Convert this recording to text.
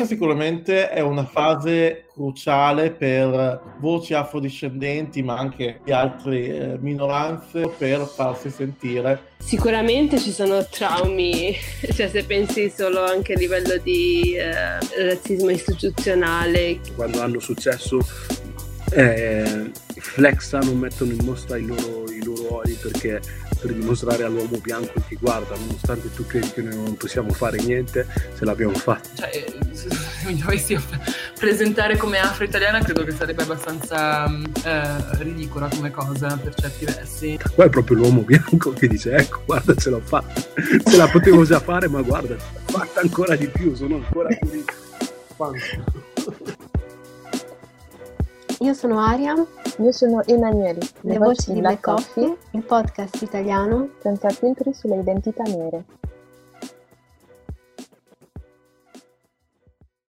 questa sicuramente è una fase cruciale per voci afrodiscendenti, ma anche di altre minoranze, per farsi sentire. Sicuramente ci sono traumi, cioè se pensi solo anche a livello di razzismo istituzionale. Quando hanno successo flexano, mettono in mostra i loro ori per dimostrare all'uomo bianco che guarda, nonostante tu credi che noi non possiamo fare niente, ce l'abbiamo fatta. Cioè, se mi dovessi presentare come afro-italiana credo che sarebbe abbastanza ridicola come cosa per certi versi. Qua è proprio l'uomo bianco che dice ecco, guarda, ce l'ho fatta, ce la potevo già fare, ma guarda, l'ho fatta ancora di più, sono ancora più ricco. Io sono Aria. Io sono Emanuele. Le voci di Black Coffee, il podcast italiano senza filtri sulle identità nere.